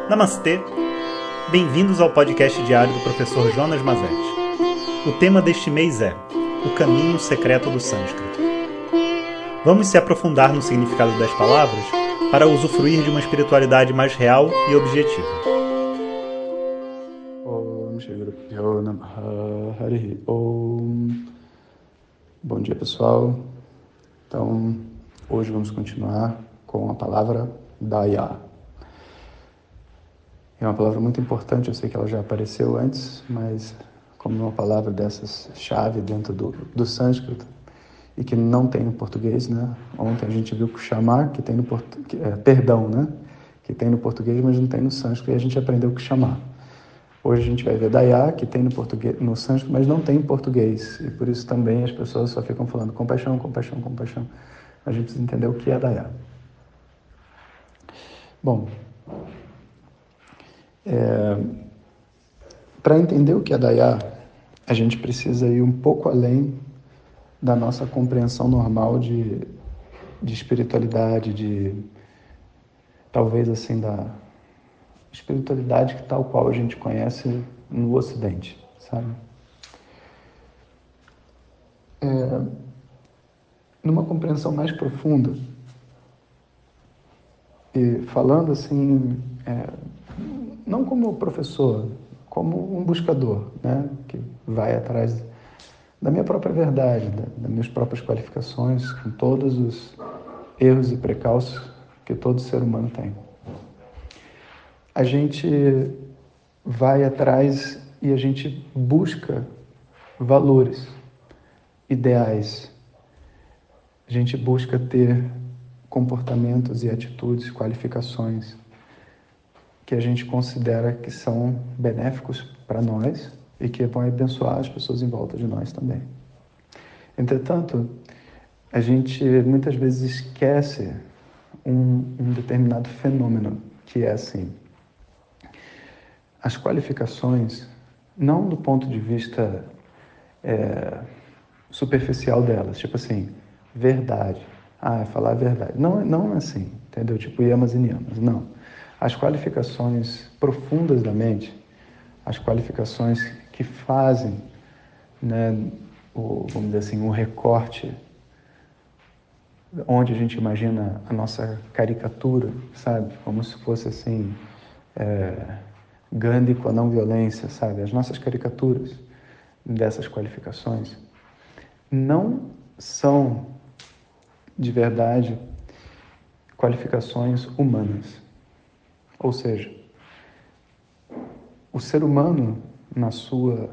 Namastê! Bem-vindos ao podcast diário do professor Jonas Mazetti. O tema deste mês é O Caminho Secreto do Sânscrito. Vamos se aprofundar no significado das palavras para usufruir de uma espiritualidade mais real e objetiva. Om Shri Guru Pyo Namaha Harihi Om. Bom dia, pessoal. Então, hoje vamos continuar com a palavra Daya. É uma palavra muito importante, eu sei que ela já apareceu antes, mas como uma palavra dessas chave dentro do sânscrito e que não tem no português, né? Ontem a gente viu que chamar, que tem no perdão, né? Que tem no português, mas não tem no sânscrito, e a gente aprendeu que chamar. Hoje a gente vai ver Daya, que tem no português, no sânscrito, mas não tem em português, e por isso também as pessoas só ficam falando compaixão, compaixão, compaixão. A gente precisa entender o que é Daya. Bom, para entender o que é Daya, a gente precisa ir um pouco além da nossa compreensão normal de espiritualidade, talvez assim, da espiritualidade que tal qual a gente conhece no Ocidente, sabe? Numa compreensão mais profunda, e falando assim, não como professor, como um buscador, né, que vai atrás da minha própria verdade, das minhas próprias qualificações, com todos os erros e precalços que todo ser humano tem. A gente vai atrás e a gente busca valores, ideais. A gente busca ter comportamentos e atitudes, qualificações que a gente considera que são benéficos para nós e que vão abençoar as pessoas em volta de nós também. Entretanto, a gente muitas vezes esquece um determinado fenômeno, que é assim: as qualificações, não do ponto de vista superficial delas, tipo assim, verdade, é falar a verdade. Não é assim, entendeu? Tipo yamas e niyamas, não. As qualificações profundas da mente, as qualificações que fazem, né, vamos dizer assim, um recorte onde a gente imagina a nossa caricatura, sabe? Como se fosse assim, Gandhi com a não violência, sabe? As nossas caricaturas dessas qualificações não são, de verdade, qualificações humanas. Ou seja, o ser humano, na sua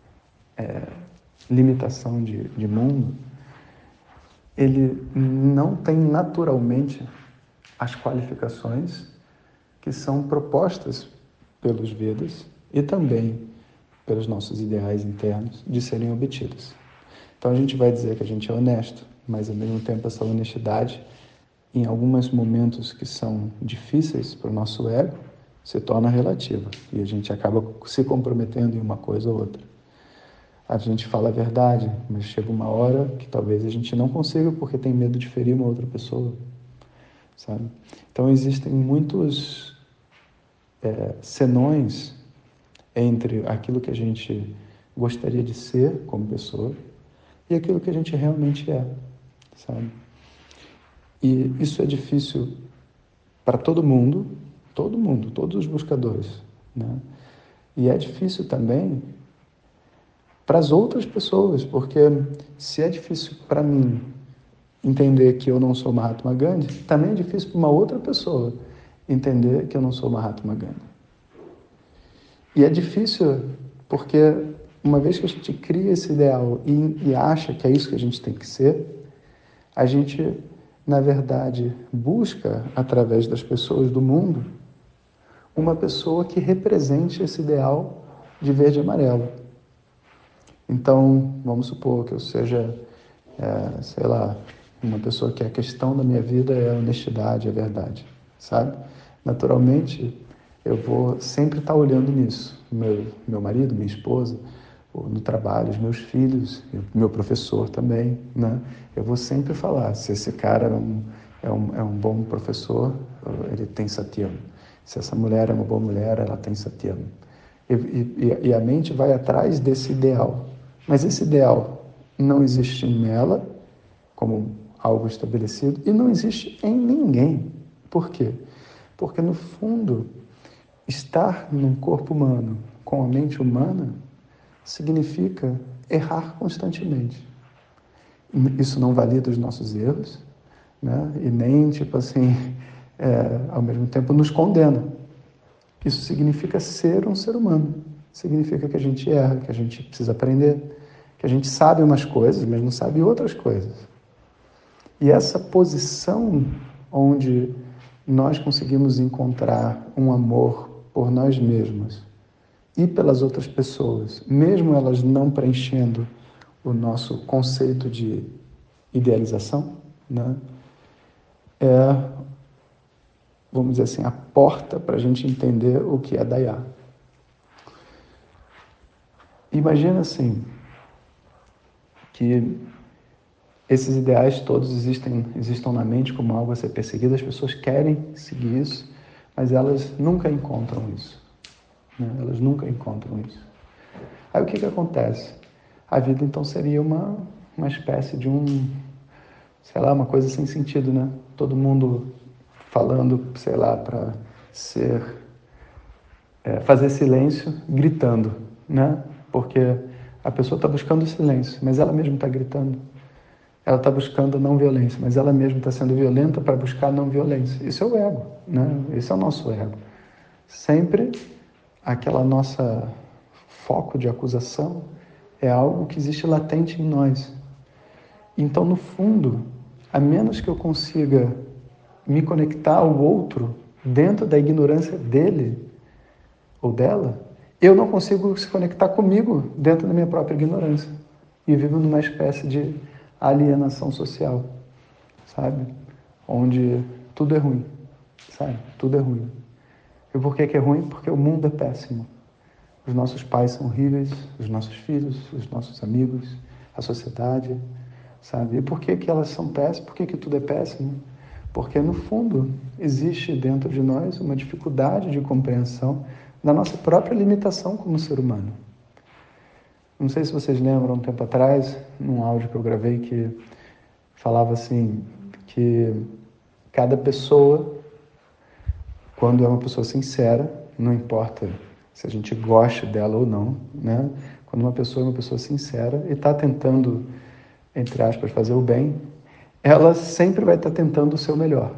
limitação de mundo, ele não tem naturalmente as qualificações que são propostas pelos Vedas e também pelos nossos ideais internos de serem obtidas. Então a gente vai dizer que a gente é honesto, mas ao mesmo tempo essa honestidade, em alguns momentos que são difíceis para o nosso ego, se torna relativa e a gente acaba se comprometendo em uma coisa ou outra. A gente fala a verdade, mas chega uma hora que talvez a gente não consiga porque tem medo de ferir uma outra pessoa, sabe? Então existem muitos senões entre aquilo que a gente gostaria de ser como pessoa e aquilo que a gente realmente é, sabe? E isso é difícil para todo mundo, todos os buscadores, né? E é difícil também para as outras pessoas, porque se é difícil para mim entender que eu não sou Mahatma Gandhi, também é difícil para uma outra pessoa entender que eu não sou Mahatma Gandhi. E é difícil porque uma vez que a gente cria esse ideal e acha que é isso que a gente tem que ser, a gente, na verdade, busca, através das pessoas do mundo, uma pessoa que represente esse ideal de verde e amarelo. Então, vamos supor que eu seja, sei lá, uma pessoa que a questão da minha vida é a honestidade, a verdade, sabe? Naturalmente, eu vou sempre estar olhando nisso. Meu marido, minha esposa, no trabalho, os meus filhos, meu professor também, né? Eu vou sempre falar, se esse cara é um bom professor, ele tem satyam. Se essa mulher é uma boa mulher, ela tem satyam. E a mente vai atrás desse ideal. Mas esse ideal não existe nela, como algo estabelecido, e não existe em ninguém. Por quê? Porque, no fundo, estar num corpo humano com a mente humana significa errar constantemente. Isso não valida os nossos erros, né? E nem, tipo assim, ao mesmo tempo nos condena. Isso significa ser um ser humano. Significa que a gente erra, que a gente precisa aprender, que a gente sabe umas coisas, mas não sabe outras coisas. E essa posição onde nós conseguimos encontrar um amor por nós mesmos e pelas outras pessoas, mesmo elas não preenchendo o nosso conceito de idealização, né? Vamos dizer assim, a porta para a gente entender o que é Daya. Imagina assim, que esses ideais todos existam na mente como algo a ser perseguido, as pessoas querem seguir isso, mas elas nunca encontram isso, né? Elas nunca encontram isso. Aí o que acontece? A vida então seria uma espécie de sei lá, uma coisa sem sentido, né? Todo mundo falando, sei lá, para fazer silêncio, gritando, né? Porque a pessoa está buscando o silêncio, mas ela mesma está gritando. Ela está buscando não violência, mas ela mesma está sendo violenta para buscar não violência. Isso é o ego, né? Esse é o nosso ego. Sempre aquela nossa foco de acusação é algo que existe latente em nós. Então, no fundo, a menos que eu consiga me conectar ao outro dentro da ignorância dele ou dela, eu não consigo se conectar comigo dentro da minha própria ignorância. E vivo numa espécie de alienação social, sabe? Onde tudo é ruim, sabe? Tudo é ruim. E por que é ruim? Porque o mundo é péssimo. Os nossos pais são horríveis, os nossos filhos, os nossos amigos, a sociedade, sabe? E por que elas são péssimas? Por que tudo é péssimo? Porque, no fundo, existe dentro de nós uma dificuldade de compreensão da nossa própria limitação como ser humano. Não sei se vocês lembram, um tempo atrás, num áudio que eu gravei, que falava assim, que cada pessoa, quando é uma pessoa sincera, não importa se a gente gosta dela ou não, né? Quando uma pessoa é uma pessoa sincera e está tentando, entre aspas, fazer o bem, ela sempre vai estar tentando o seu melhor.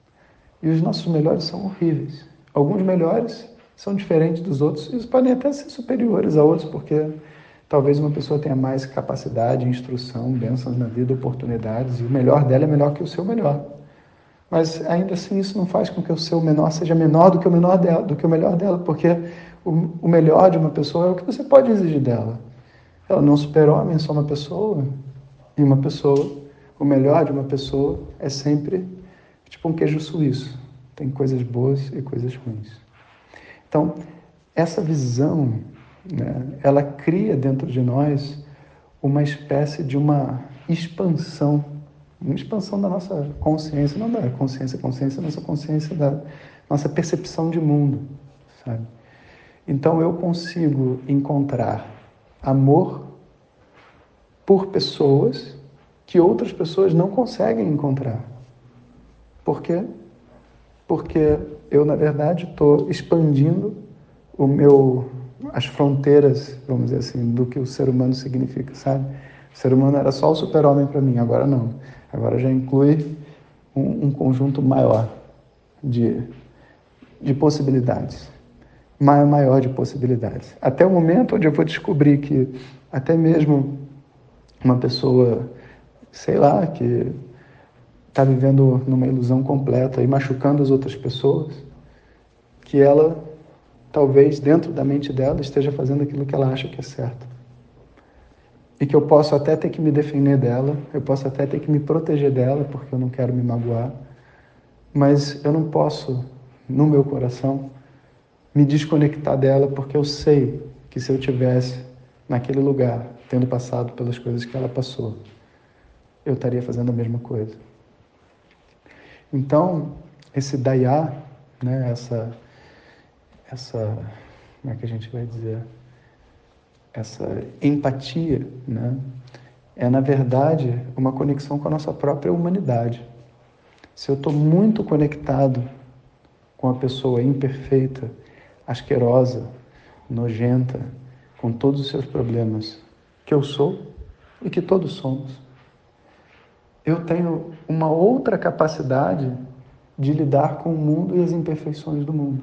E os nossos melhores são horríveis. Alguns melhores são diferentes dos outros e podem até ser superiores a outros, porque talvez uma pessoa tenha mais capacidade, instrução, bênçãos na vida, oportunidades, e o melhor dela é melhor que o seu melhor. Mas ainda assim isso não faz com que o seu menor seja menor do que o menor dela, do que o melhor dela, porque o melhor de uma pessoa é o que você pode exigir dela. Ela não super-homem, é só uma pessoa, e uma pessoa, o melhor de uma pessoa é sempre tipo um queijo suíço. Tem coisas boas e coisas ruins. Então, essa visão, né, ela cria dentro de nós uma espécie de uma expansão da nossa consciência, não da consciência, nossa consciência da nossa percepção de mundo, sabe? Então eu consigo encontrar amor por pessoas que outras pessoas não conseguem encontrar. Por quê? Porque eu, na verdade, estou expandindo as fronteiras, vamos dizer assim, do que o ser humano significa, sabe? O ser humano era só o super-homem para mim, agora não. Agora já inclui um conjunto maior de possibilidades. Maior de possibilidades. Até o momento onde eu vou descobrir que até mesmo uma pessoa, sei lá, que está vivendo numa ilusão completa e machucando as outras pessoas, que ela, talvez, dentro da mente dela, esteja fazendo aquilo que ela acha que é certo. E que eu posso até ter que me defender dela, eu posso até ter que me proteger dela, porque eu não quero me magoar, mas eu não posso, no meu coração, me desconectar dela, porque eu sei que se eu tivesse naquele lugar, tendo passado pelas coisas que ela passou, eu estaria fazendo a mesma coisa. Então, esse Daya, né, como é que a gente vai dizer, essa empatia, né? É, na verdade, uma conexão com a nossa própria humanidade. Se eu estou muito conectado com a pessoa imperfeita, asquerosa, nojenta, com todos os seus problemas, que eu sou e que todos somos, eu tenho uma outra capacidade de lidar com o mundo e as imperfeições do mundo.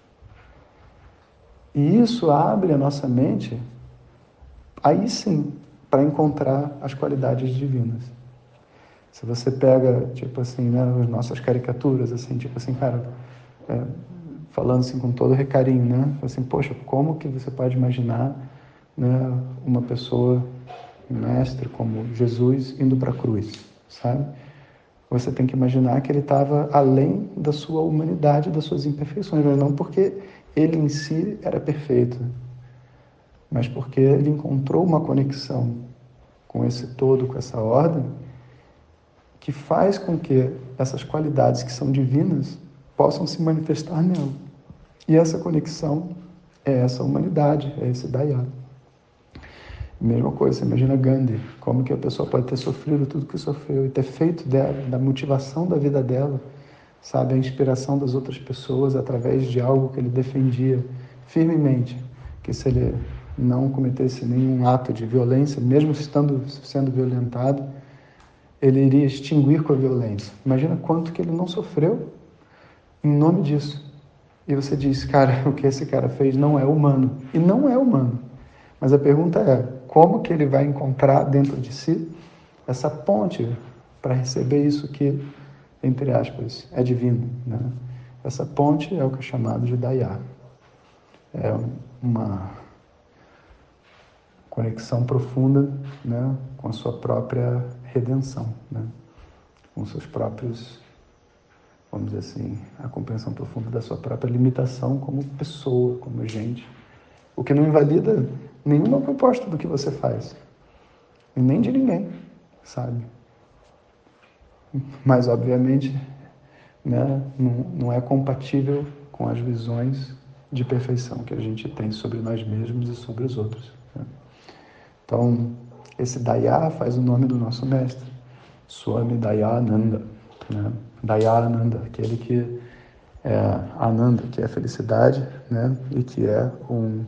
E isso abre a nossa mente, aí sim, para encontrar as qualidades divinas. Se você pega, tipo assim, né, as nossas caricaturas, assim, tipo assim, cara, falando assim com todo recarinho, né, assim, poxa, como que você pode imaginar, né, uma pessoa, um mestre como Jesus indo para a cruz, sabe? Você tem que imaginar que ele estava além da sua humanidade, das suas imperfeições, mas não porque ele em si era perfeito, mas porque ele encontrou uma conexão com esse todo, com essa ordem, que faz com que essas qualidades que são divinas possam se manifestar nela. E essa conexão é essa humanidade, é esse Daya. Mesma coisa, você imagina Gandhi, como que a pessoa pode ter sofrido tudo que sofreu e ter feito dela, da motivação da vida dela, sabe, a inspiração das outras pessoas através de algo que ele defendia firmemente, que se ele não cometesse nenhum ato de violência, mesmo sendo violentado, ele iria extinguir com a violência. Imagina quanto que ele não sofreu em nome disso. E você diz, cara, o que esse cara fez não é humano. E não é humano. Mas a pergunta é, como que ele vai encontrar dentro de si essa ponte para receber isso que, entre aspas, é divino, né? Essa ponte é o que é chamado de Daya. É uma conexão profunda, né, com a sua própria redenção, né? Com seus próprios, vamos dizer assim, a compreensão profunda da sua própria limitação como pessoa, como gente. O que não invalida nenhuma proposta do que você faz. E nem de ninguém, sabe? Mas, obviamente, né, não é compatível com as visões de perfeição que a gente tem sobre nós mesmos e sobre os outros, né? Então, esse Daya faz o nome do nosso mestre, Swami Dayananda, né? Dayananda, aquele que é Ananda, que é felicidade, né? E que é um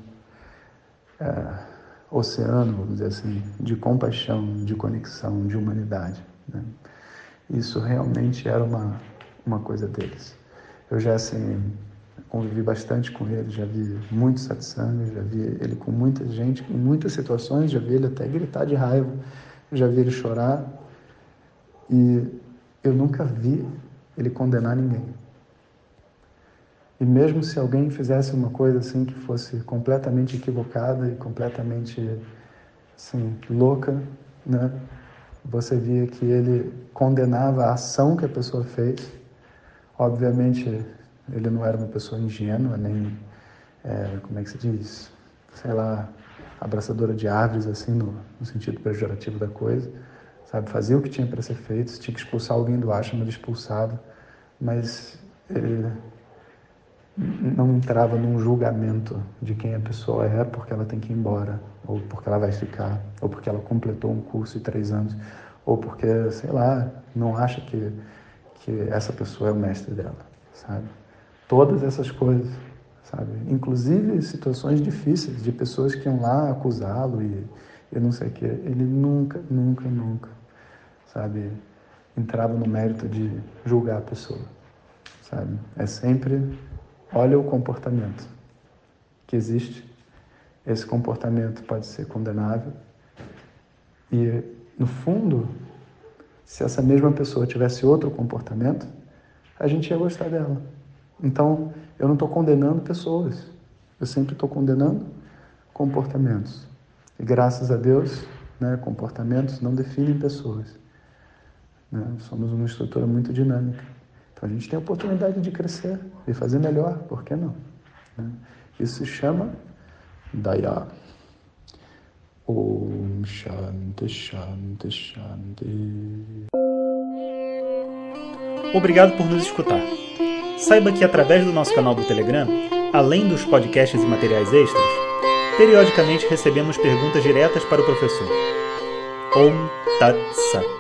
oceano, vamos dizer assim, de compaixão, de conexão, de humanidade, né? Isso realmente era uma coisa deles. Eu já, assim, convivi bastante com ele, já vi muitos satsangas, já vi ele com muita gente, em muitas situações, já vi ele até gritar de raiva, já vi ele chorar, e eu nunca vi ele condenar ninguém. E mesmo se alguém fizesse uma coisa assim que fosse completamente equivocada e completamente, assim, louca, né? Você via que ele condenava a ação que a pessoa fez. Obviamente, ele não era uma pessoa ingênua, nem, como é que se diz? Sei lá, abraçadora de árvores, assim, no sentido pejorativo da coisa. Sabe, fazia o que tinha para ser feito. Se tinha que expulsar alguém do ashram, ele expulsava. Mas ele não entrava num julgamento de quem a pessoa é porque ela tem que ir embora, ou porque ela vai ficar, ou porque ela completou um curso de 3 anos, ou porque, sei lá, não acha que essa pessoa é o mestre dela, sabe? Todas essas coisas, sabe? Inclusive situações difíceis de pessoas que iam lá acusá-lo e eu não sei o que. Ele nunca, nunca, nunca, sabe, entrava no mérito de julgar a pessoa, sabe? É sempre, olha o comportamento que existe. Esse comportamento pode ser condenável e, no fundo, se essa mesma pessoa tivesse outro comportamento, a gente ia gostar dela. Então, eu não estou condenando pessoas, eu sempre estou condenando comportamentos. E graças a Deus, né, comportamentos não definem pessoas, né? Somos uma estrutura muito dinâmica. Então, a gente tem a oportunidade de crescer e fazer melhor, por que não? Né? Isso se chama Daya. Om Shanti Shanti Shanti. Obrigado por nos escutar. Saiba que através do nosso canal do Telegram, Além dos podcasts e materiais extras, periodicamente recebemos perguntas diretas para o professor. Om Tat Sat.